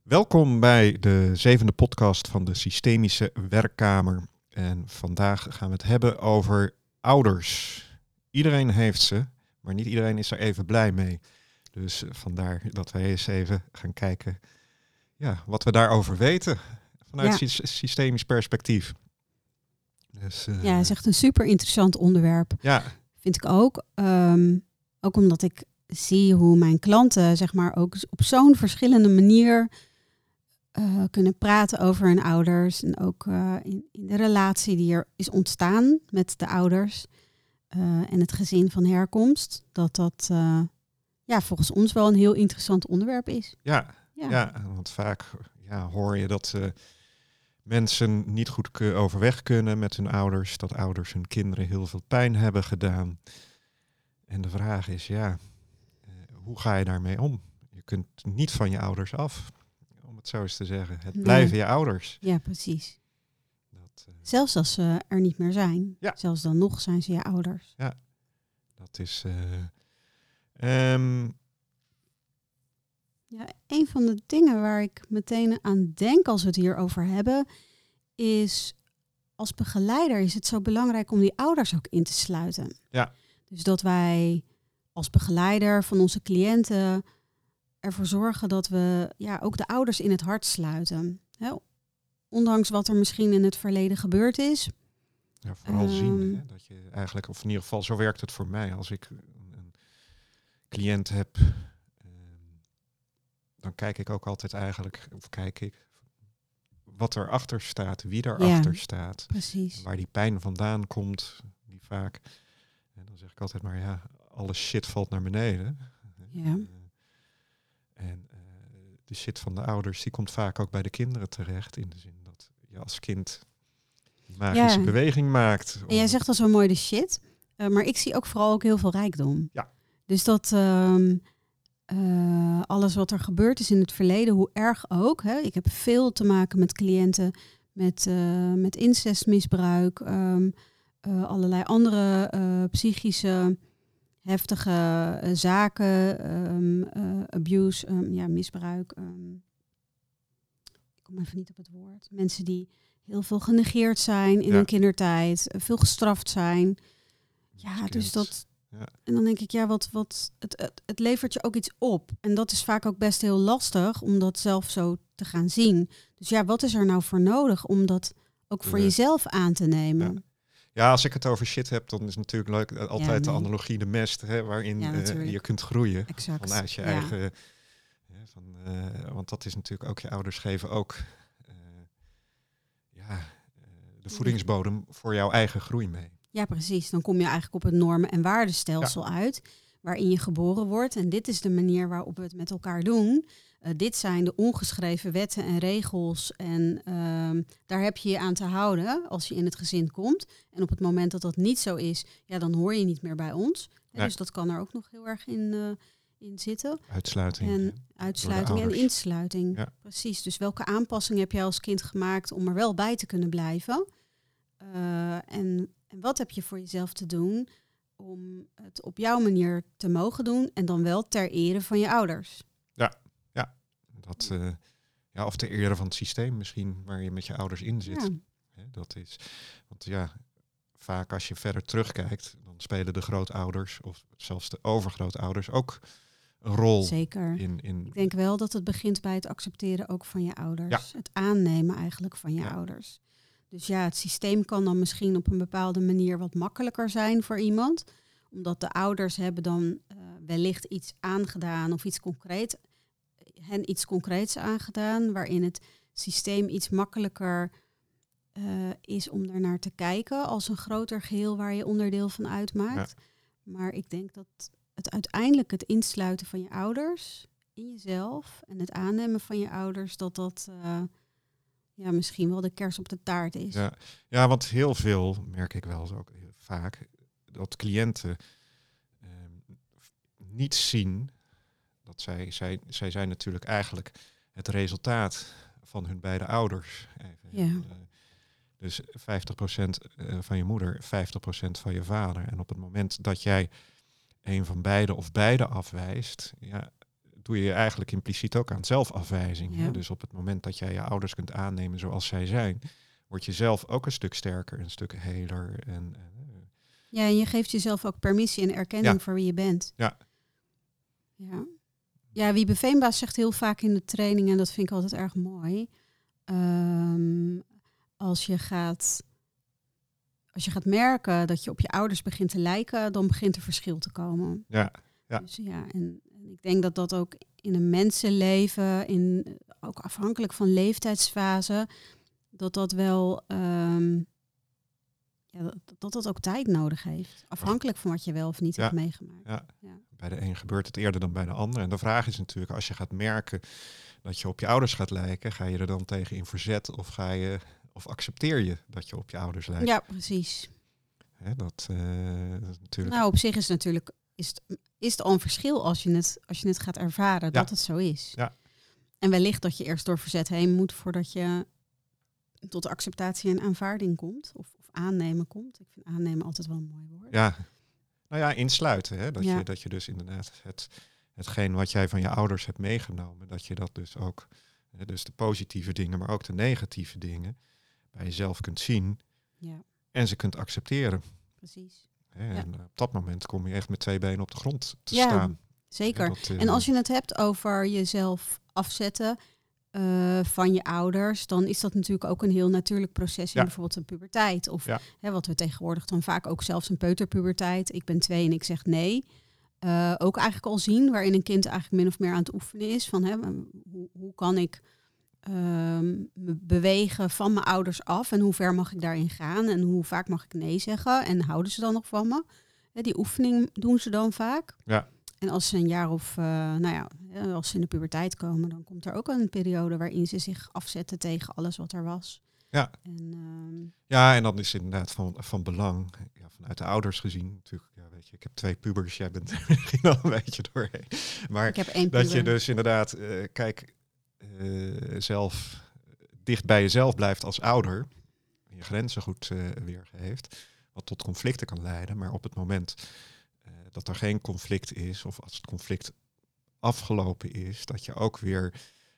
Welkom bij de 7e podcast van de Systemische Werkkamer. En vandaag gaan we het hebben over ouders. Iedereen heeft ze, maar niet iedereen is er even blij mee. Dus vandaar dat wij eens even gaan kijken wat we daarover weten vanuit systemisch perspectief. Dus, het is echt een super interessant onderwerp. Ja. Vind ik ook. Ook omdat ik zie hoe mijn klanten zeg maar ook op zo'n verschillende manier kunnen praten over hun ouders. En ook in de relatie die er is ontstaan met de ouders en het gezin van herkomst. Dat volgens ons wel een heel interessant onderwerp is. Ja, want vaak hoor je dat mensen niet goed overweg kunnen met hun ouders. Dat ouders hun kinderen heel veel pijn hebben gedaan. En de vraag is, hoe ga je daarmee om? Je kunt niet van je ouders af, om het zo eens te zeggen. Het blijven je ouders. Ja, precies. Zelfs als ze er niet meer zijn. Ja. Zelfs dan nog zijn ze je ouders. Ja, dat is... een van de dingen waar ik meteen aan denk als we het hierover hebben, is als begeleider is het zo belangrijk om die ouders ook in te sluiten. Ja. Dus dat wij als begeleider van onze cliënten ervoor zorgen dat we ook de ouders in het hart sluiten. Ondanks wat er misschien in het verleden gebeurd is. Ja, vooral zien dat je eigenlijk, of in ieder geval zo werkt het voor mij. Als ik een cliënt heb, dan kijk ik ook altijd eigenlijk, wat erachter staat, wie erachter staat. Precies. Waar die pijn vandaan komt, die vaak. En dan zeg ik altijd maar, alle shit valt naar beneden. Ja. En de shit van de ouders, die komt vaak ook bij de kinderen terecht. In de zin dat je als kind die magische beweging maakt. En jij zegt al zo mooi de shit. Maar ik zie ook vooral ook heel veel rijkdom. Ja. Dus dat alles wat er gebeurd is in het verleden, hoe erg ook. Ik heb veel te maken met cliënten met incestmisbruik. Allerlei andere psychische heftige zaken, abuse, misbruik. Ik kom even niet op het woord. Mensen die heel veel genegeerd zijn in hun kindertijd, veel gestraft zijn. Ja, dus dat. Ja. En dan denk ik, het levert je ook iets op. En dat is vaak ook best heel lastig om dat zelf zo te gaan zien. Dus wat is er nou voor nodig om dat ook voor jezelf aan te nemen? Ja. Ja, als ik het over shit heb, dan is natuurlijk leuk altijd de analogie de mest, waarin je kunt groeien vanuit je eigen. Want dat is natuurlijk ook, je ouders geven ook de voedingsbodem voor jouw eigen groei mee. Ja, precies. Dan kom je eigenlijk op het normen- en waardestelsel uit, waarin je geboren wordt. En dit is de manier waarop we het met elkaar doen. Dit zijn de ongeschreven wetten en regels. En daar heb je je aan te houden als je in het gezin komt. En op het moment dat dat niet zo is, dan hoor je niet meer bij ons. Nee. Dus dat kan er ook nog heel erg in zitten. Uitsluiting en insluiting. Ja. Precies. Dus welke aanpassing heb jij als kind gemaakt om er wel bij te kunnen blijven? En wat heb je voor jezelf te doen om het op jouw manier te mogen doen en dan wel ter ere van je ouders? Of ter ere van het systeem misschien waar je met je ouders in zit. Ja. Dat is, want vaak als je verder terugkijkt, dan spelen de grootouders of zelfs de overgrootouders ook een rol. Zeker. Ik denk wel dat het begint bij het accepteren ook van je ouders. Ja. Het aannemen eigenlijk van je ouders. Dus het systeem kan dan misschien op een bepaalde manier wat makkelijker zijn voor iemand. Omdat de ouders hebben dan wellicht iets aangedaan of iets concreets aangedaan. Waarin het systeem iets makkelijker is om ernaar te kijken als een groter geheel waar je onderdeel van uitmaakt. Ja. Maar ik denk dat het uiteindelijk het insluiten van je ouders in jezelf en het aannemen van je ouders, dat misschien wel de kers op de taart is. Ja, want heel veel, merk ik wel ook vaak, dat cliënten niet zien dat zij zijn natuurlijk eigenlijk het resultaat van hun beide ouders. Dus 50% van je moeder, 50% van je vader. En op het moment dat jij een van beide of beide afwijst, doe je eigenlijk impliciet ook aan zelfafwijzing. Ja. Hè? Dus op het moment dat jij je ouders kunt aannemen zoals zij zijn, word je zelf ook een stuk sterker, een stuk heler. Ja, en je geeft jezelf ook permissie en erkenning voor wie je bent. Ja. Ja, Wiebe Veenbaas zegt heel vaak in de training, en dat vind ik altijd erg mooi. Als je gaat merken dat je op je ouders begint te lijken, dan begint er verschil te komen. Ja. Dus en ik denk dat dat ook in een mensenleven, ook afhankelijk van leeftijdsfase, dat wel dat ook tijd nodig heeft. Afhankelijk van wat je wel of niet hebt meegemaakt. Ja. Bij de een gebeurt het eerder dan bij de ander. En de vraag is natuurlijk, als je gaat merken dat je op je ouders gaat lijken, ga je er dan tegen in verzet of accepteer je dat je op je ouders lijkt? Ja, precies. Hè, dat is natuurlijk... Nou, op zich is het al een verschil als je het gaat ervaren dat het zo is. Ja. En wellicht dat je eerst door verzet heen moet voordat je tot de acceptatie en aanvaarding komt. Of aannemen komt. Ik vind aannemen altijd wel een mooi woord. Ja, nou ja, insluiten. Hè? Dat je dus inderdaad hetgeen wat jij van je ouders hebt meegenomen, dat je dat dus ook, dus de positieve dingen, maar ook de negatieve dingen, bij jezelf kunt zien en ze kunt accepteren. Precies. En op dat moment kom je echt met 2 benen op de grond te staan. Zeker. En als je het hebt over jezelf afzetten van je ouders, dan is dat natuurlijk ook een heel natuurlijk proces in bijvoorbeeld een puberteit. Of wat we tegenwoordig dan vaak ook zelfs een peuterpuberteit. Ik ben 2 en ik zeg nee. Ook eigenlijk al zien, waarin een kind eigenlijk min of meer aan het oefenen is. Van hoe kan ik me bewegen van mijn ouders af en hoe ver mag ik daarin gaan en hoe vaak mag ik nee zeggen en houden ze dan nog van me? Die oefening doen ze dan vaak. Ja. En als ze een jaar of, als ze in de puberteit komen, dan komt er ook een periode waarin ze zich afzetten tegen alles wat er was. Ja, en dan is het inderdaad van belang, vanuit de ouders gezien natuurlijk. Ja, weet je, ik heb 2 pubers, jij bent er misschien al een beetje doorheen. Maar ik heb 1 dat puber. je dus inderdaad, zelf dicht bij jezelf blijft als ouder, je grenzen goed weergeeft, wat tot conflicten kan leiden. Maar op het moment dat er geen conflict is, of als het conflict afgelopen is, dat je ook weer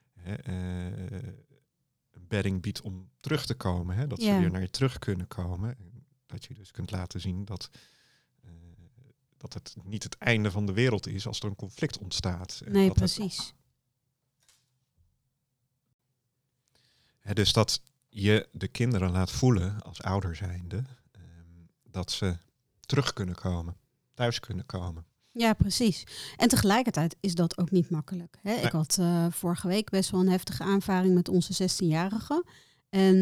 een bedding biedt om terug te komen. Hè? Dat ze weer naar je terug kunnen komen. Dat je dus kunt laten zien dat het niet het einde van de wereld is als er een conflict ontstaat. Nee, precies. Dus dat je de kinderen laat voelen als ouder zijnde, dat ze terug kunnen komen, thuis kunnen komen. Ja, precies. En tegelijkertijd is dat ook niet makkelijk. Hè? Nee. Ik had vorige week best wel een heftige aanvaring met onze 16-jarige. En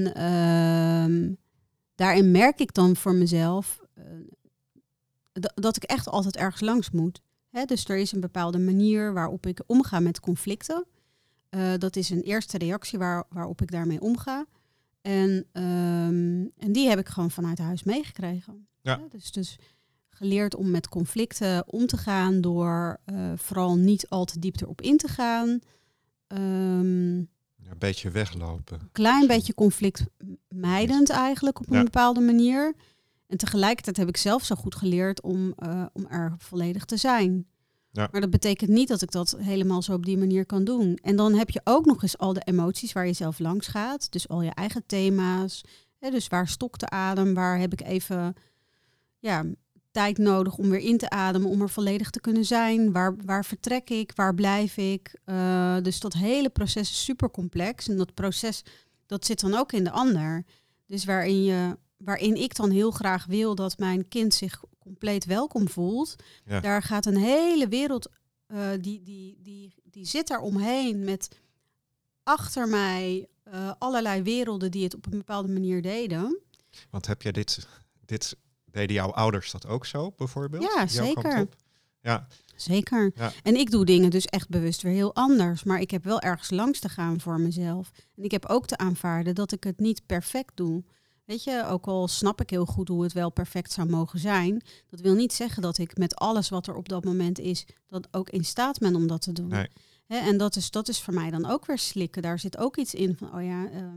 daarin merk ik dan voor mezelf dat ik echt altijd ergens langs moet. Hè? Dus er is een bepaalde manier waarop ik omga met conflicten. Dat is een eerste reactie waarop ik daarmee omga. En die heb ik gewoon vanuit huis meegekregen. Ja. Dus geleerd om met conflicten om te gaan door vooral niet al te diep erop in te gaan. Een beetje weglopen. Klein beetje conflictmijdend eigenlijk op een bepaalde manier. En tegelijkertijd heb ik zelf zo goed geleerd om er volledig te zijn. Ja. Maar dat betekent niet dat ik dat helemaal zo op die manier kan doen. En dan heb je ook nog eens al de emoties waar je zelf langs gaat. Dus al je eigen thema's. Dus waar stokt de adem? Waar heb ik even tijd nodig om weer in te ademen, om er volledig te kunnen zijn? Waar vertrek ik? Waar blijf ik? Dus dat hele proces is super complex. En dat proces, dat zit dan ook in de ander. Dus waarin ik dan heel graag wil dat mijn kind zich compleet welkom voelt. Ja. Daar gaat een hele wereld, die zit daar omheen met achter mij allerlei werelden die het op een bepaalde manier deden. Want heb jij dit deden jouw ouders dat ook zo, bijvoorbeeld? Ja, zeker. Ja. Zeker. Ja. En ik doe dingen dus echt bewust weer heel anders. Maar ik heb wel ergens langs te gaan voor mezelf. En ik heb ook te aanvaarden dat ik het niet perfect doe. Weet je, ook al snap ik heel goed hoe het wel perfect zou mogen zijn. Dat wil niet zeggen dat ik met alles wat er op dat moment is, dat ook in staat ben om dat te doen. Nee. En dat is voor mij dan ook weer slikken. Daar zit ook iets in van,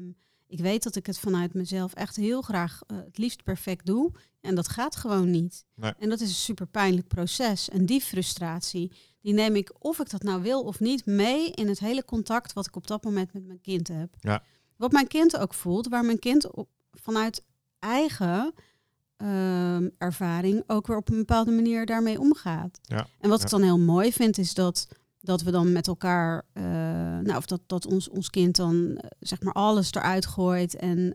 Ik weet dat ik het vanuit mezelf echt heel graag het liefst perfect doe. En dat gaat gewoon niet. Nee. En dat is een super pijnlijk proces. En die frustratie, die neem ik, of ik dat nou wil of niet, mee in het hele contact wat ik op dat moment met mijn kind heb. Ja. Wat mijn kind ook voelt, waar mijn kind vanuit eigen ervaring ook weer op een bepaalde manier daarmee omgaat. Ja. En wat ik dan heel mooi vind, is dat we dan met elkaar, of dat ons kind dan zeg maar alles eruit gooit en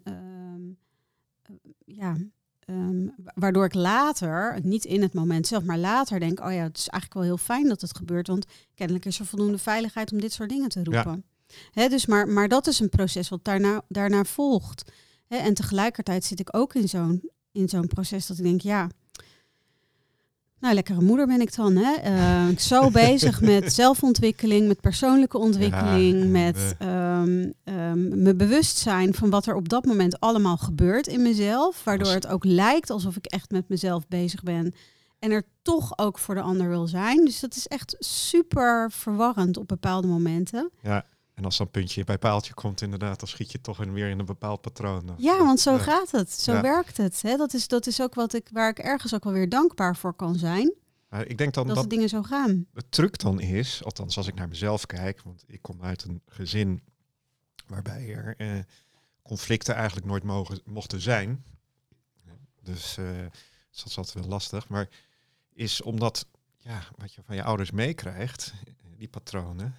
waardoor ik later, niet in het moment zelf, maar later denk, oh ja, het is eigenlijk wel heel fijn dat het gebeurt, want kennelijk is er voldoende veiligheid om dit soort dingen te roepen. Ja. Dus maar dat is een proces wat daarna volgt. En tegelijkertijd zit ik ook in zo'n proces dat ik denk, ja, nou, lekkere moeder ben ik dan. Zo bezig met zelfontwikkeling, met persoonlijke ontwikkeling, met me bewust zijn van wat er op dat moment allemaal gebeurt in mezelf. Waardoor het ook lijkt alsof ik echt met mezelf bezig ben. En er toch ook voor de ander wil zijn. Dus dat is echt super verwarrend op bepaalde momenten. Ja. En als dat puntje bij paaltje komt, inderdaad, dan schiet je toch weer in een bepaald patroon. Ja, want zo gaat het. Zo werkt het. Hè? Dat is ook waar ik ergens ook wel weer dankbaar voor kan zijn. Ik denk dan dat de dingen zo gaan. Het truc dan is, althans als ik naar mezelf kijk, want ik kom uit een gezin waarbij er conflicten eigenlijk nooit mochten zijn. Dus dat is altijd wel lastig. Maar is omdat wat je van je ouders meekrijgt, die patronen,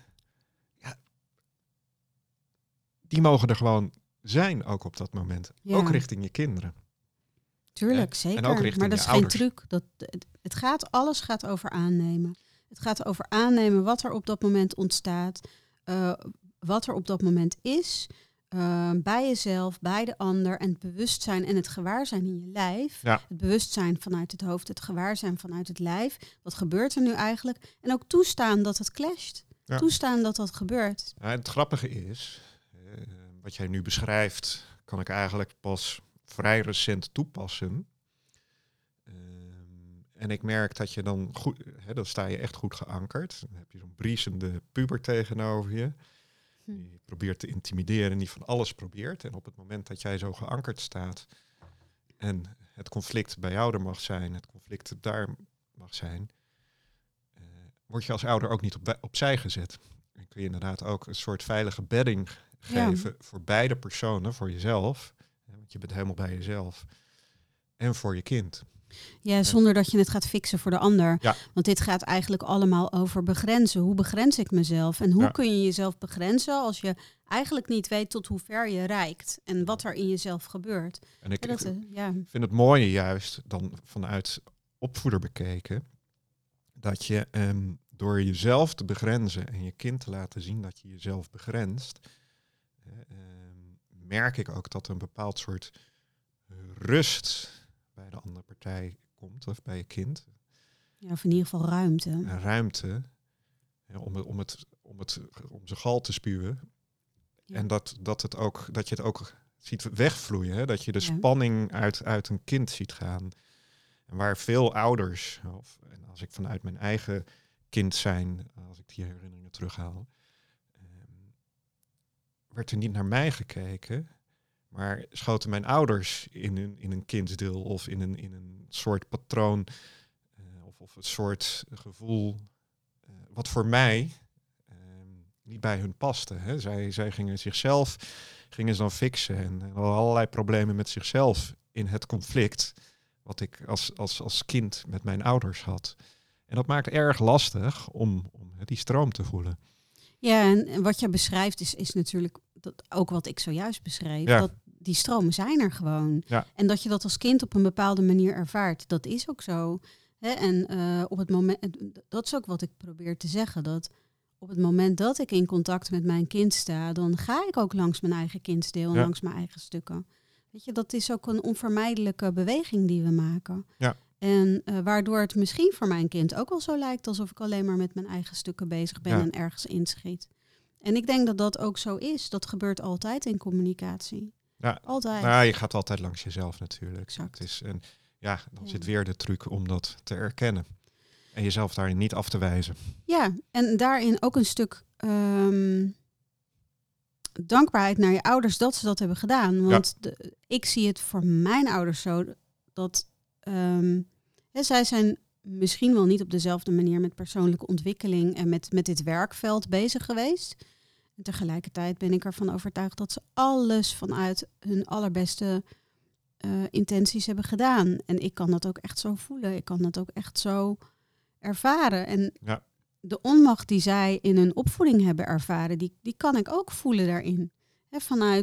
die mogen er gewoon zijn ook op dat moment. Ja. Ook richting je kinderen. Tuurlijk, zeker. En ook richting maar dat is ouders. Geen truc. Alles gaat over aannemen. Het gaat over aannemen wat er op dat moment ontstaat. Wat er op dat moment is. Bij jezelf, bij de ander. En het bewustzijn en het gewaarzijn in je lijf. Ja. Het bewustzijn vanuit het hoofd. Het gewaarzijn vanuit het lijf. Wat gebeurt er nu eigenlijk? En ook toestaan dat het clasht. Ja. Toestaan dat dat gebeurt. Ja, het grappige is, wat jij nu beschrijft, kan ik eigenlijk pas vrij recent toepassen. En ik merk dat je dan goed, dan sta je echt goed geankerd. Dan heb je zo'n briesende puber tegenover je. Die probeert te intimideren, die van alles probeert. En op het moment dat jij zo geankerd staat en het conflict bij jou er mag zijn, het conflict daar mag zijn, word je als ouder ook niet opzij gezet. Dan kun je inderdaad ook een soort veilige bedding geven voor beide personen, voor jezelf. Want je bent helemaal bij jezelf. En voor je kind. Ja, zonder dat je het gaat fixen voor de ander. Ja. Want dit gaat eigenlijk allemaal over begrenzen. Hoe begrens ik mezelf? En hoe kun je jezelf begrenzen als je eigenlijk niet weet tot hoe ver je reikt. En wat er in jezelf gebeurt. En ik vind het mooie juist dan vanuit opvoeder bekeken. Dat je door jezelf te begrenzen en je kind te laten zien dat je jezelf begrenst. Merk ik ook dat er een bepaald soort rust bij de andere partij komt, of bij je kind. Ja, of in ieder geval ruimte. Een ruimte om zijn gal te spuwen. Ja. En dat je het ook ziet wegvloeien. Hè? Dat je de spanning uit een kind ziet gaan. En waar veel ouders, en als ik vanuit mijn eigen kind zijn, als ik die herinneringen terughaal, werd er niet naar mij gekeken, maar schoten mijn ouders in een kindsdeel of in een soort patroon of een soort gevoel wat voor mij niet bij hun paste. Hè. Zij gingen zichzelf dan fixen en hadden allerlei problemen met zichzelf in het conflict wat ik als kind met mijn ouders had. En dat maakt erg lastig om die stroom te voelen. Ja, en wat je beschrijft is natuurlijk ook wat ik zojuist beschreef. Ja. Dat die stromen zijn er gewoon. Ja. En dat je dat als kind op een bepaalde manier ervaart, dat is ook zo. Hè? En op het moment, dat is ook wat ik probeer te zeggen, dat op het moment dat ik in contact met mijn kind sta, dan ga ik ook langs mijn eigen kindsdeel en langs mijn eigen stukken. Weet je, dat is ook een onvermijdelijke beweging die we maken. Ja. En waardoor het misschien voor mijn kind ook wel zo lijkt alsof ik alleen maar met mijn eigen stukken bezig ben en ergens inschiet. En ik denk dat dat ook zo is. Dat gebeurt altijd in communicatie. Ja. Altijd. Nou, je gaat altijd langs jezelf natuurlijk. Exact. Het is dan zit weer de truc om dat te erkennen. En jezelf daarin niet af te wijzen. Ja, en daarin ook een stuk dankbaarheid naar je ouders dat ze dat hebben gedaan. Want ik zie het voor mijn ouders zo dat zij zijn misschien wel niet op dezelfde manier met persoonlijke ontwikkeling en met dit werkveld bezig geweest. En tegelijkertijd ben ik ervan overtuigd dat ze alles vanuit hun allerbeste intenties hebben gedaan. En ik kan dat ook echt zo voelen. Ik kan dat ook echt zo ervaren. En de onmacht die zij in hun opvoeding hebben ervaren, die kan ik ook voelen daarin. Hè,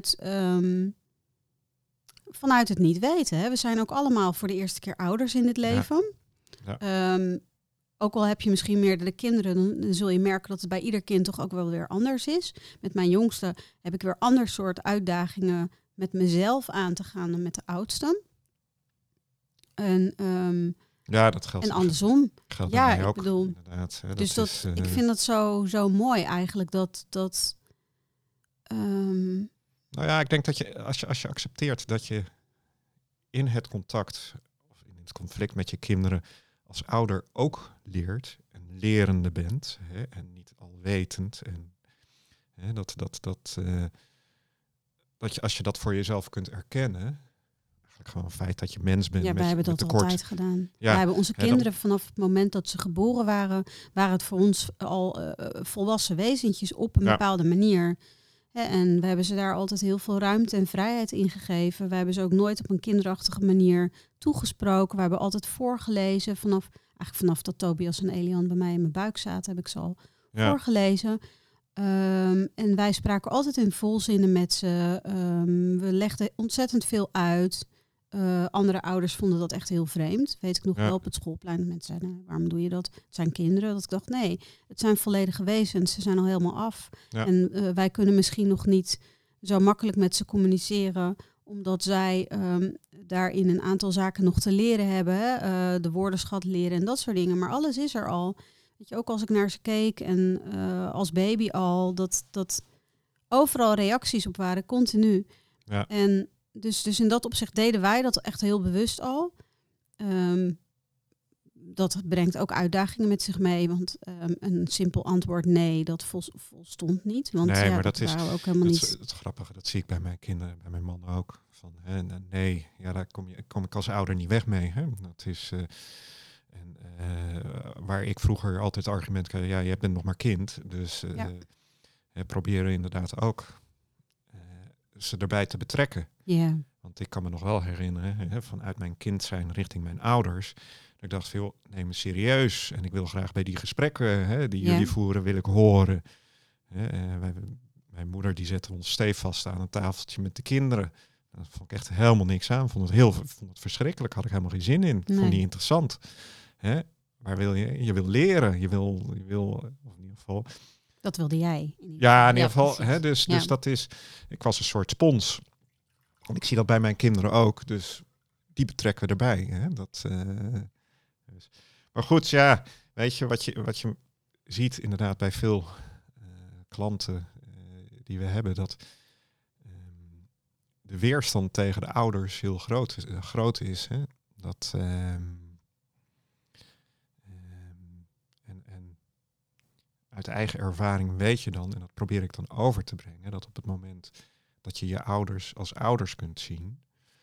vanuit het niet weten. Hè. We zijn ook allemaal voor de eerste keer ouders in dit leven. Ja. Ook al heb je misschien meerdere kinderen, dan zul je merken dat het bij ieder kind toch ook wel weer anders is. Met mijn jongste heb ik weer ander soort uitdagingen met mezelf aan te gaan dan met de oudste. Dat geldt. En andersom. Geldt bij mij ook, bedoel, inderdaad. Dus ik vind dat zo mooi eigenlijk dat Nou ja, ik denk dat je als je accepteert dat je in het contact of in het conflict met je kinderen als ouder ook leert en lerende bent, hè, en niet alwetend. En hè, dat je, als je dat voor jezelf kunt erkennen, eigenlijk gewoon een feit dat je mens bent. Ja, wij hebben dat tekort. altijd gedaan. Ja, wij hebben onze kinderen vanaf het moment dat ze geboren waren het voor ons al volwassen wezentjes op een bepaalde manier. En we hebben ze daar altijd heel veel ruimte en vrijheid in gegeven. We hebben ze ook nooit op een kinderachtige manier toegesproken. We hebben altijd voorgelezen. Vanaf dat Tobias en Elian bij mij in mijn buik zaten, heb ik ze al voorgelezen. En wij spraken altijd in volzinnen met ze. We legden ontzettend veel uit. Andere ouders vonden dat echt heel vreemd. Weet ik nog wel op het schoolplein. Mensen zeiden, waarom doe je dat? Het zijn kinderen. Dat ik dacht, nee, het zijn volledige wezens. Ze zijn al helemaal af. Ja. En wij kunnen misschien nog niet zo makkelijk met ze communiceren. Omdat zij daarin een aantal zaken nog te leren hebben. Hè? De woordenschat leren en dat soort dingen. Maar alles is er al. Weet je, ook als ik naar ze keek en als baby al. Dat overal reacties op waren, continu. Ja. En dus in dat opzicht deden wij dat echt heel bewust al. Dat brengt ook uitdagingen met zich mee. Want een simpel antwoord nee, dat volstond niet. Want nee, maar dat is ook helemaal niet. Het grappige, dat zie ik bij mijn kinderen, bij mijn man ook. Van, nee, daar kom ik als ouder niet weg mee. Hè? Dat is... waar ik vroeger altijd het argument kreeg, je bent nog maar kind. Dus proberen inderdaad ook ze erbij te betrekken. Yeah. Want ik kan me nog wel herinneren, vanuit mijn kind zijn richting mijn ouders. Dat ik dacht, veel neem me serieus. En ik wil graag bij die gesprekken die jullie voeren, wil ik horen. Mijn moeder die zette ons stevast aan een tafeltje met de kinderen. Dat vond ik echt helemaal niks aan. Vond het verschrikkelijk. Had ik helemaal geen zin in. Vond niet interessant. Maar je wil leren. Je wil, of in ieder geval... Dat wilde jij. In ieder geval. Dus dat is... Ik was een soort spons. En ik zie dat bij mijn kinderen ook. Dus die betrekken we erbij. Hè? Dus. Maar goed, weet je wat je ziet inderdaad bij veel klanten die we hebben, dat de weerstand tegen de ouders heel groot is. Hè? Dat... uit eigen ervaring weet je dan, en dat probeer ik dan over te brengen, dat op het moment dat je je ouders als ouders kunt zien,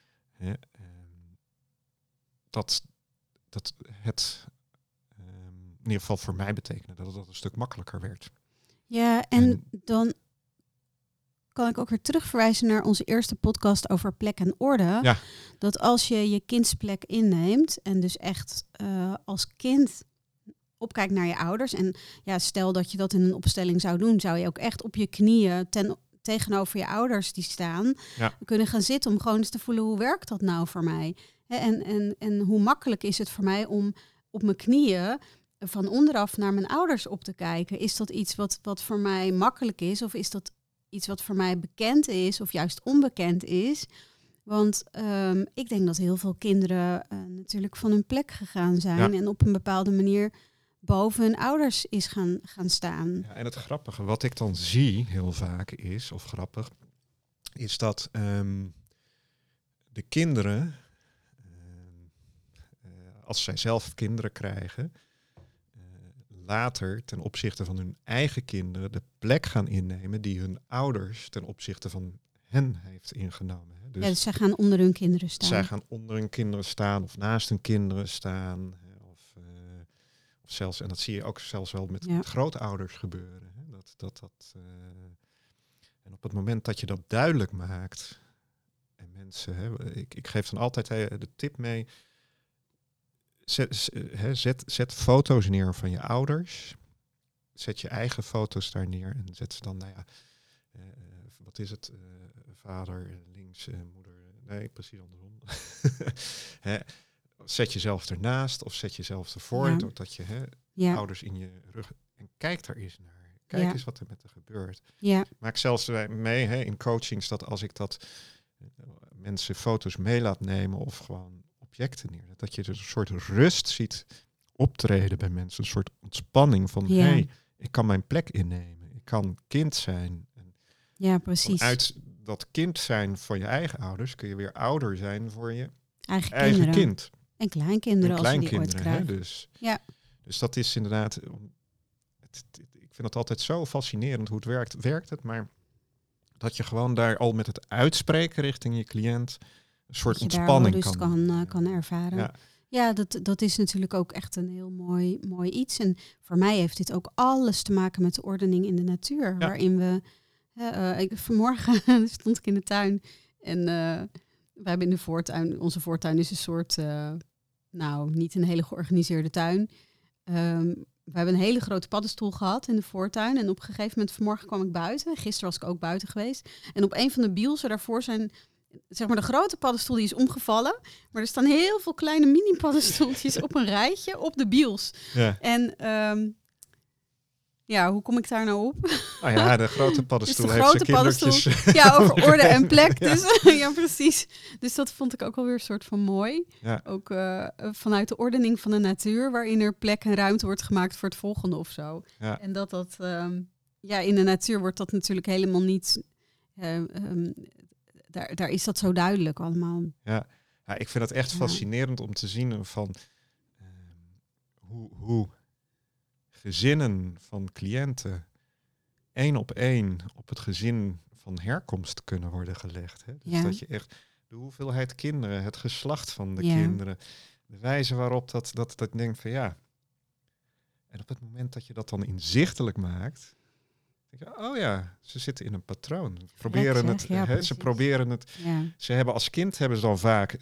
dat het in ieder geval voor mij betekende dat het een stuk makkelijker werd. Ja, en dan kan ik ook weer terugverwijzen naar onze eerste podcast over plek en orde. Ja. Dat als je je kindsplek inneemt en dus echt als kind opkijkt naar je ouders. En stel dat je dat in een opstelling zou doen, zou je ook echt op je knieën tegenover je ouders die staan kunnen gaan zitten om gewoon eens te voelen, hoe werkt dat nou voor mij? En hoe makkelijk is het voor mij om op mijn knieën van onderaf naar mijn ouders op te kijken? Is dat iets wat voor mij makkelijk is? Of is dat iets wat voor mij bekend is of juist onbekend is? Want ik denk dat heel veel kinderen natuurlijk van hun plek gegaan zijn en op een bepaalde manier boven hun ouders is gaan staan. Ja, en het grappige, wat ik dan zie heel vaak is dat de kinderen, als zij zelf kinderen krijgen, later ten opzichte van hun eigen kinderen de plek gaan innemen die hun ouders ten opzichte van hen heeft ingenomen. Hè. Dus zij gaan onder hun kinderen staan. Zij gaan onder hun kinderen staan of naast hun kinderen staan. Of zelfs, en dat zie je ook zelfs wel met grootouders gebeuren. Hè. En op het moment dat je dat duidelijk maakt, en mensen, hè, ik geef dan altijd de tip mee, zet foto's neer van je ouders, zet je eigen foto's daar neer en zet ze dan, wat is het, vader links, moeder, nee, precies andersom. Zet jezelf ernaast of zet jezelf ervoor, doordat je ouders in je rug, en kijk daar eens naar. Kijk eens wat er met er gebeurt. Ja. Maak zelfs mee in coachings dat als ik dat mensen foto's mee laat nemen of gewoon objecten neer, dat je dus een soort rust ziet optreden bij mensen. Een soort ontspanning van, ik kan mijn plek innemen. Ik kan kind zijn. Ja, precies. Uit dat kind zijn van je eigen ouders kun je weer ouder zijn voor je eigen kind. En kleinkinderen als je die ooit krijgt. Dus dat is inderdaad, ik vind het altijd zo fascinerend hoe het werkt. Werkt het, maar dat je gewoon daar al met het uitspreken richting je cliënt een soort ontspanning kan ervaren. Ja, dat is natuurlijk ook echt een heel mooi iets. En voor mij heeft dit ook alles te maken met de ordening in de natuur. Ja. Waarin we... vanmorgen stond ik in de tuin en we hebben in de voortuin... Onze voortuin is een soort... niet een hele georganiseerde tuin. We hebben een hele grote paddenstoel gehad in de voortuin. En op een gegeven moment vanmorgen kwam ik buiten. Gisteren was ik ook buiten geweest. En op een van de bielsen daarvoor zijn... Zeg maar de grote paddenstoel die is omgevallen. Maar er staan heel veel kleine mini-paddenstoeltjes op een rijtje op de biels. Ja. En hoe kom ik daar nou op? Oh ja, de grote paddenstoel dus de grote paddenstoel. Ja, over orde en plek. Ja. Dus, ja, precies. Dus dat vond ik ook alweer een soort van mooi. Ja. Ook vanuit de ordening van de natuur, waarin er plek en ruimte wordt gemaakt voor het volgende of zo. Ja. En dat in de natuur wordt dat natuurlijk helemaal niet... Daar is dat zo duidelijk allemaal. Ja, ik vind het echt fascinerend om te zien van hoe gezinnen van cliënten 1 op 1 op het gezin van herkomst kunnen worden gelegd. Hè? Dus dat je echt de hoeveelheid kinderen, het geslacht van de kinderen, de wijze waarop dat denkt van ja. En op het moment dat je dat dan inzichtelijk maakt, denk je, oh ja, ze zitten in een patroon. Ze proberen het. Ja. Ze hebben als kind ze dan vaak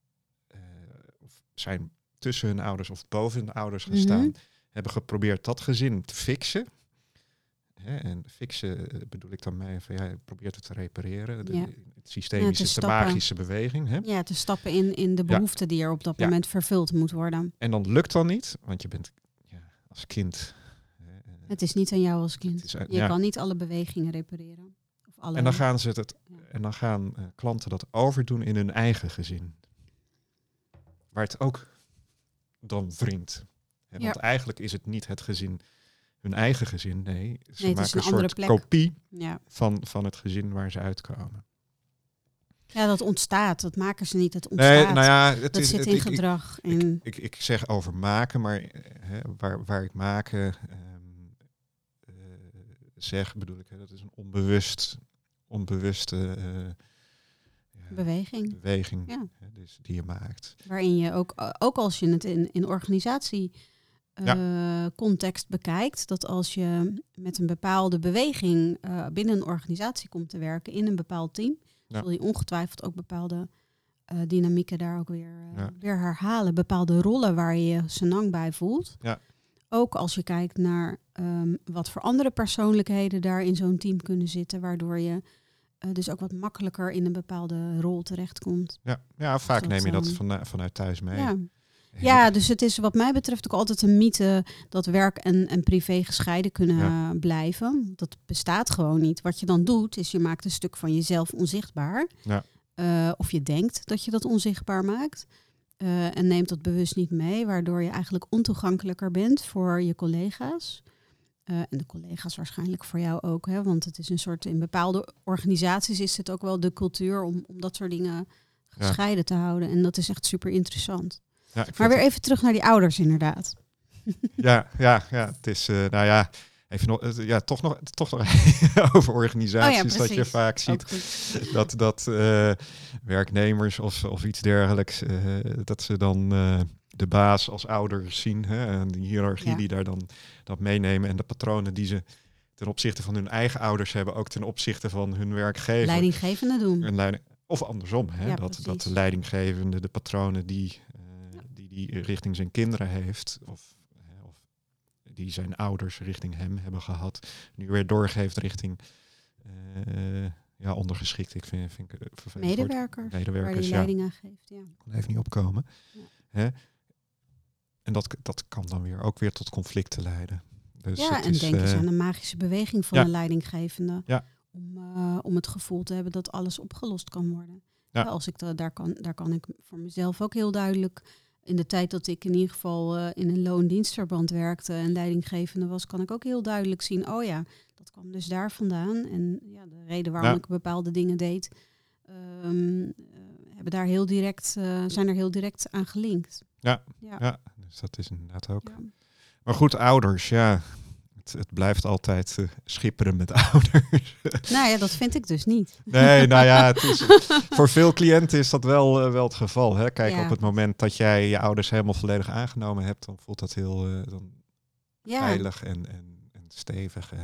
zijn tussen hun ouders of boven hun ouders gestaan. Hebben geprobeerd dat gezin te fixen. En fixen bedoel ik dan mee van je probeert het te repareren. Het systemische, de magische beweging. Hè? Ja, te stappen in de behoefte die er op dat moment vervuld moet worden. En dan lukt dat niet, want je bent als kind. Het is niet aan jou als kind. Je kan niet alle bewegingen repareren. Of alle en dan gaan ze en dan gaan klanten dat overdoen in hun eigen gezin. Waar het ook dan wringt. Want eigenlijk is het niet het gezin, hun eigen gezin. Nee, ze maken een soort kopie van het gezin waar ze uitkomen. Ja, dat ontstaat. Dat maken ze niet. Het ontstaat. Dat zit in gedrag. Ik zeg over maken, maar waar ik maken zeg, bedoel ik, dat is een onbewuste beweging dus die je maakt. Waarin je ook als je het in organisatie context bekijkt, dat als je met een bepaalde beweging binnen een organisatie komt te werken in een bepaald team, zul je ongetwijfeld ook bepaalde dynamieken daar ook weer herhalen. Bepaalde rollen waar je je senang bij voelt. Ja. Ook als je kijkt naar wat voor andere persoonlijkheden daar in zo'n team kunnen zitten, waardoor je dus ook wat makkelijker in een bepaalde rol terechtkomt. Ja, vaak neem je dat vanuit thuis mee. Ja, dus het is wat mij betreft ook altijd een mythe dat werk en privé gescheiden kunnen blijven. Dat bestaat gewoon niet. Wat je dan doet, is je maakt een stuk van jezelf onzichtbaar. Ja. Of je denkt dat je dat onzichtbaar maakt. En neemt dat bewust niet mee, waardoor je eigenlijk ontoegankelijker bent voor je collega's. En de collega's waarschijnlijk voor jou ook. Hè? Want het is een soort, in bepaalde organisaties is het ook wel de cultuur om dat soort dingen gescheiden te houden. En dat is echt super interessant. Ja, maar weer even terug naar die ouders inderdaad. Ja, het is, even nog, toch nog over organisaties dat je vaak ziet dat werknemers of iets dergelijks, dat ze dan de baas als ouder zien, hè, en die hiërarchie die daar dan dat meenemen en de patronen die ze ten opzichte van hun eigen ouders hebben, ook ten opzichte van hun werkgever. Leidinggevende doen. Of andersom, hè, dat de leidinggevende de patronen die richting zijn kinderen heeft, of die zijn ouders richting hem hebben gehad, nu weer doorgeeft richting ondergeschikt. Ik vind medewerkers, waar die leiding aan geeft. Ja. Kon even niet opkomen. Ja. Hè? En dat kan dan weer tot conflicten leiden. Dus denk eens aan de magische beweging van de leidinggevende. Ja. Om het gevoel te hebben dat alles opgelost kan worden. Ja. Als ik daar kan ik voor mezelf ook heel duidelijk, in de tijd dat ik in ieder geval in een loondienstverband werkte en leidinggevende was, kan ik ook heel duidelijk zien, dat kwam dus daar vandaan. En de reden waarom ik bepaalde dingen deed, zijn er heel direct aan gelinkt. Ja, dus dat is inderdaad ook. Ja. Maar goed, ouders, het blijft altijd schipperen met ouders. Nou ja, dat vind ik dus niet. Nee, voor veel cliënten is dat wel het geval. Hè? Kijk, op het moment dat jij je ouders helemaal volledig aangenomen hebt, dan voelt dat heel veilig en stevig.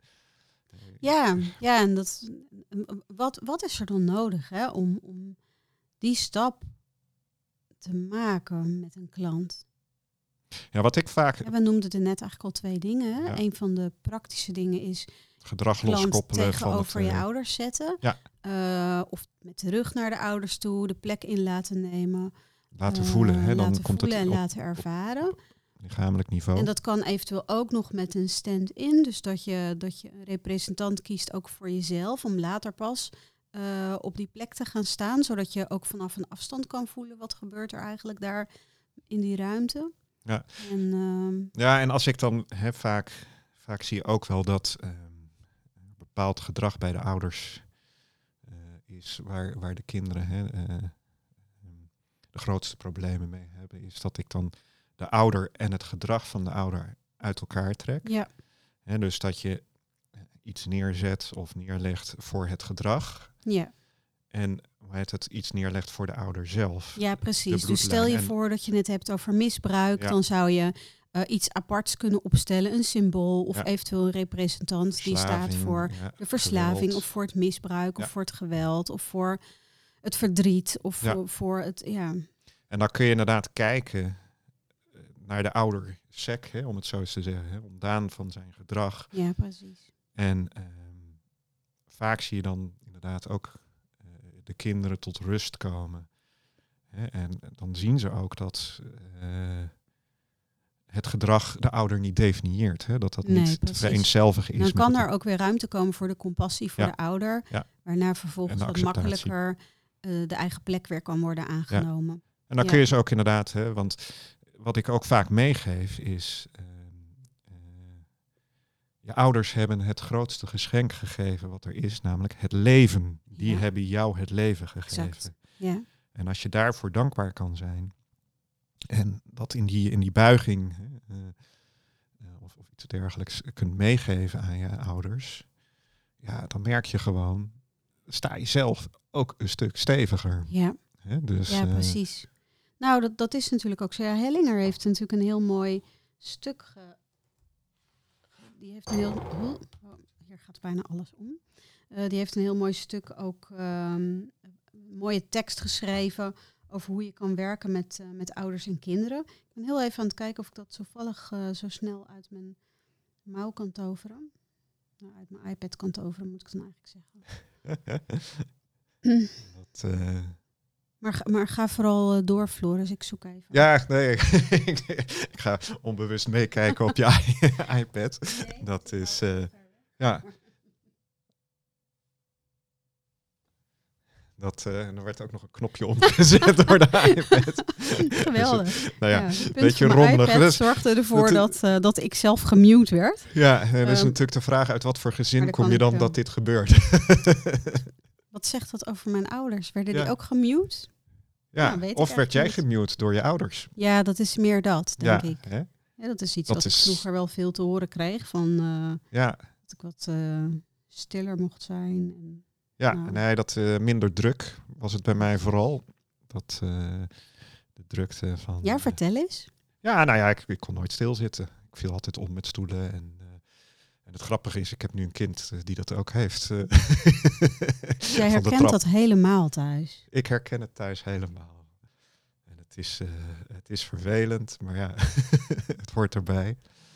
En wat is er dan nodig, hè, om die stap te maken met een klant? Ja, wat ik vaak... we noemden er net eigenlijk al 2 dingen. Hè? Ja. Een van de praktische dingen is gedrag loskoppelen tegenover je ouders zetten. Ja. Of met de rug naar de ouders toe, de plek in laten nemen. Laten voelen. Hè? Dan laten komt voelen het en laten ervaren. Op lichamelijk niveau. En dat kan eventueel ook nog met een stand-in. Dus dat je een representant kiest ook voor jezelf. Om later pas op die plek te gaan staan. Zodat je ook vanaf een afstand kan voelen. Wat gebeurt er eigenlijk daar in die ruimte. Ja. En als ik dan vaak zie je ook wel dat bepaald gedrag bij de ouders is waar de kinderen de grootste problemen mee hebben, is dat ik dan de ouder en het gedrag van de ouder uit elkaar trek. Ja. Dus dat je iets neerzet of neerlegt voor het gedrag. Ja. En het iets neerlegt voor de ouder zelf. Ja, precies. Dus stel je voor dat je het hebt over misbruik. Dan zou je iets aparts kunnen opstellen. Een symbool of eventueel een representant die staat voor de verslaving geweld. Of voor het misbruik of voor het geweld of voor het verdriet of voor het... Ja. En dan kun je inderdaad kijken naar de ouder sec, om het zo eens te zeggen. Ontdaan van zijn gedrag. Ja, precies. En vaak zie je dan inderdaad ook de kinderen tot rust komen. En dan zien ze ook dat het gedrag de ouder niet definieert. Dat niet vereenzelvig is. Dan kan er ook weer ruimte komen voor de compassie voor de ouder. Ja. Waarna vervolgens wat makkelijker de eigen plek weer kan worden aangenomen. Ja. En dan kun je ze ook inderdaad, want wat ik ook vaak meegeef is... je ouders hebben het grootste geschenk gegeven wat er is, namelijk het leven. Die hebben jou het leven gegeven. Exact. Ja. En als je daarvoor dankbaar kan zijn en dat in die buiging of iets dergelijks kunt meegeven aan je ouders, dan merk je gewoon, sta je zelf ook een stuk steviger. Ja, Dus, precies. Nou, dat is natuurlijk ook zo. Ja, Hellinger heeft natuurlijk een heel mooi stuk die heeft een heel... hier gaat bijna alles om. Die heeft een heel mooi stuk ook... een mooie tekst geschreven over hoe je kan werken met ouders en kinderen. Ik ben heel even aan het kijken of ik dat toevallig zo snel uit mijn mouw kan toveren. Nou, uit mijn iPad kan toveren, moet ik dan eigenlijk zeggen. Maar ga vooral door, Floris. Ik zoek even. Ja, nee. Ik ga onbewust meekijken op je iPad. Nee, dat is... ja. Er werd ook nog een knopje omgezet door de iPad. Geweldig. Dus, een beetje rommelig. Het zorgde ervoor dat ik zelf gemute werd. Ja, en dat is natuurlijk de vraag uit wat voor gezin kom je dan dat dit gebeurt. Wat zegt dat over mijn ouders? Werden die ook gemute? Ja, of werd jij gemute door je ouders? Ja, dat is meer dat, denk ik. Hè? Ja, dat is iets wat ik vroeger wel veel te horen kreeg. Van, dat ik wat stiller mocht zijn. En, nee, dat minder druk was het bij mij vooral. Dat de drukte van... Ja, vertel eens. Ik kon nooit stilzitten. Ik viel altijd om met stoelen. En het grappige is, ik heb nu een kind die dat ook heeft. Jij herkent dat helemaal thuis. Ik herken het thuis helemaal. En het is vervelend, maar ja, het hoort erbij.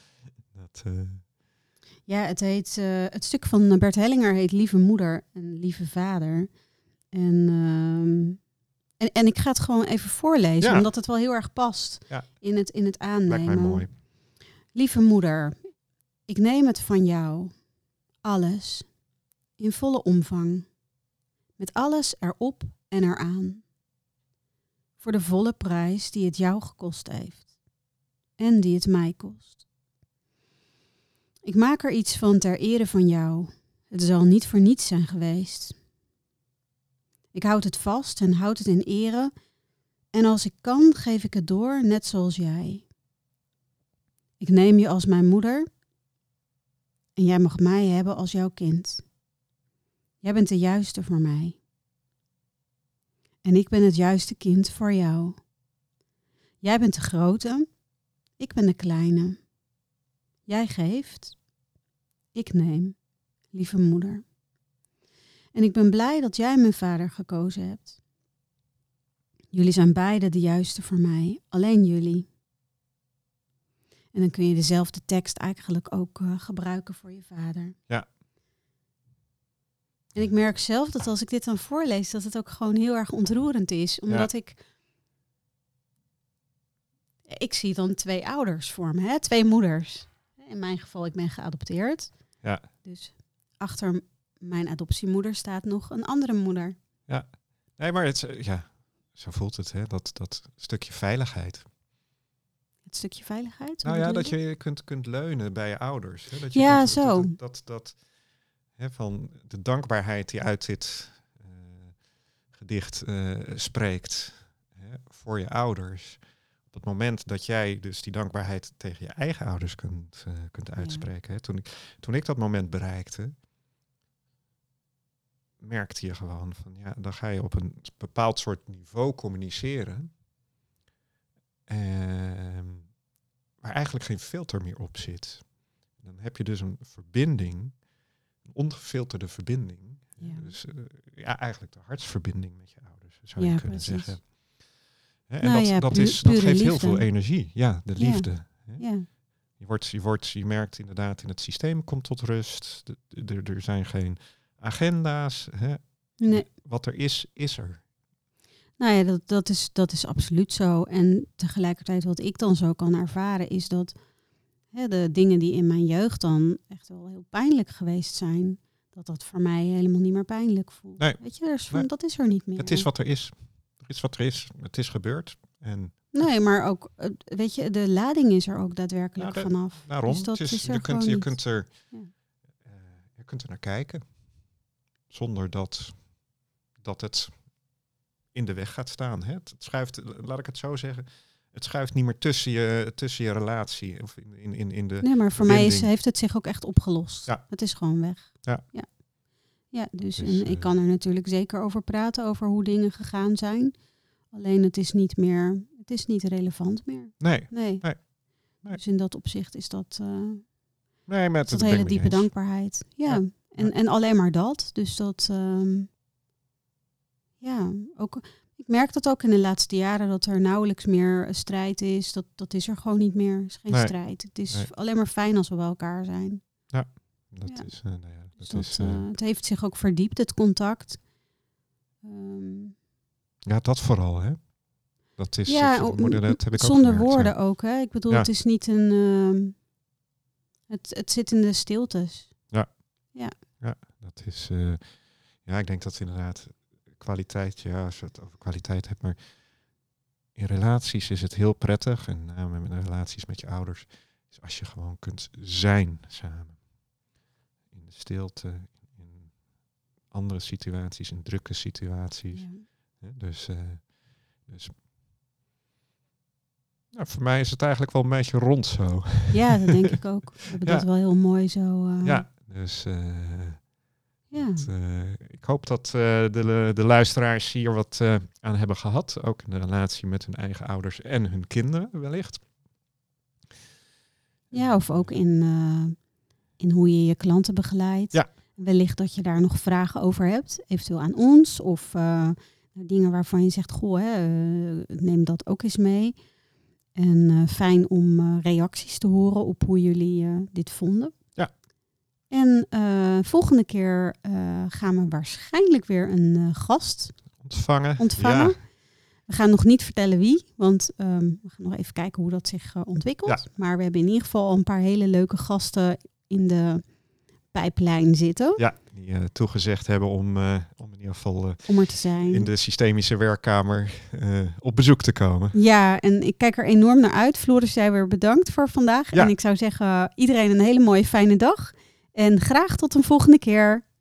Ja, het heet, het stuk van Bert Hellinger heet Lieve Moeder en Lieve Vader. En ik ga het gewoon even voorlezen, omdat het wel heel erg past in het aannemen. Lijkt mij mooi. Lieve moeder, ik neem het van jou. Alles. In volle omvang. Met alles erop en eraan. Voor de volle prijs die het jou gekost heeft. En die het mij kost. Ik maak er iets van ter ere van jou. Het zal niet voor niets zijn geweest. Ik houd het vast en houd het in ere. En als ik kan, geef ik het door, net zoals jij. Ik neem je als mijn moeder. En jij mag mij hebben als jouw kind. Jij bent de juiste voor mij. En ik ben het juiste kind voor jou. Jij bent de grote. Ik ben de kleine. Jij geeft. Ik neem. Lieve moeder. En ik ben blij dat jij mijn vader gekozen hebt. Jullie zijn beide de juiste voor mij. Alleen jullie. En dan kun je dezelfde tekst eigenlijk ook gebruiken voor je vader. Ja. En ik merk zelf dat als ik dit dan voorlees, dat het ook gewoon heel erg ontroerend is. Omdat ik zie dan 2 ouders voor me, hè? 2 moeders. In mijn geval, ik ben geadopteerd. Ja. Dus achter mijn adoptiemoeder staat nog een andere moeder. Ja. Nee, maar zo voelt het, hè? Dat stukje veiligheid. Het stukje veiligheid? Nou ja, dat je kunt leunen bij je ouders. Hè? Dat je dat van de dankbaarheid die uit dit gedicht spreekt voor je ouders. Op het moment dat jij dus die dankbaarheid tegen je eigen ouders kunt uitspreken. Hè? Toen ik dat moment bereikte, merkte je gewoon van dan ga je op een bepaald soort niveau communiceren. Waar eigenlijk geen filter meer op zit. Dan heb je dus een verbinding, een ongefilterde verbinding. Ja. Dus eigenlijk de hartsverbinding met je ouders, zou je kunnen zeggen. En dat geeft liefde. Heel veel energie. Ja, de liefde. Ja. Je merkt inderdaad, in het systeem komt tot rust. Er zijn geen agenda's. Hè. Nee. Wat er is, is er. Nou ja, dat is absoluut zo. En tegelijkertijd wat ik dan zo kan ervaren is dat de dingen die in mijn jeugd dan echt wel heel pijnlijk geweest zijn, dat voor mij helemaal niet meer pijnlijk voelt. Nee. Weet je, dat is er niet meer. Het is wat er is. Er is wat er is. Het is gebeurd. Nee, maar ook, weet je, de lading is er ook daadwerkelijk vanaf. Daarom, dus dat is er je kunt er naar kijken. Zonder dat het in de weg gaat staan. Hè? Het schuift, laat ik het zo zeggen, het schuift niet meer tussen je relatie. Of in de nee, maar voor mij heeft het zich ook echt opgelost. Ja. Het is gewoon weg. Ja, dus ik kan er natuurlijk zeker over praten, over hoe dingen gegaan zijn. Alleen het is niet relevant meer. Nee. Dus in dat opzicht is dat, dat hele diepe dankbaarheid. Ja. En alleen maar dat. Dus dat, ook, ik merk dat ook in de laatste jaren, dat er nauwelijks meer strijd is. Dat is er gewoon niet meer. Het is geen strijd. Het is alleen maar fijn als we bij elkaar zijn. Ja, is... het heeft zich ook verdiept, het contact. Dat vooral, hè? Dat is, dat heb ik zonder ook gemerkt, woorden ook, hè? Ik bedoel, het is niet een... Het zit in de stiltes. Ja, dat is... ik denk dat inderdaad kwaliteit, als je het over kwaliteit hebt, maar in relaties is het heel prettig, en met relaties met je ouders, is als je gewoon kunt zijn samen. In de stilte, in andere situaties, in drukke situaties. Ja. Dus Nou, voor mij is het eigenlijk wel een beetje rond zo. Ja, dat denk ik ook. We hebben dat wel heel mooi zo. Ja, dus ik hoop dat de luisteraars hier wat aan hebben gehad. Ook in de relatie met hun eigen ouders en hun kinderen wellicht. Ja, of ook in hoe je je klanten begeleidt. Ja. Wellicht dat je daar nog vragen over hebt. Eventueel aan ons. Of dingen waarvan je zegt, goh, neem dat ook eens mee. En fijn om reacties te horen op hoe jullie dit vonden. Ja. En volgende keer gaan we waarschijnlijk weer een gast ontvangen. Ja. We gaan nog niet vertellen wie, want we gaan nog even kijken hoe dat zich ontwikkelt. Ja. Maar we hebben in ieder geval al een paar hele leuke gasten in de pijplijn zitten. Ja, die toegezegd hebben om in ieder geval om er te zijn. In de systemische werkkamer op bezoek te komen. Ja, en ik kijk er enorm naar uit. Floris, jij weer bedankt voor vandaag. Ja. En ik zou zeggen, iedereen een hele mooie fijne dag. En graag tot een volgende keer.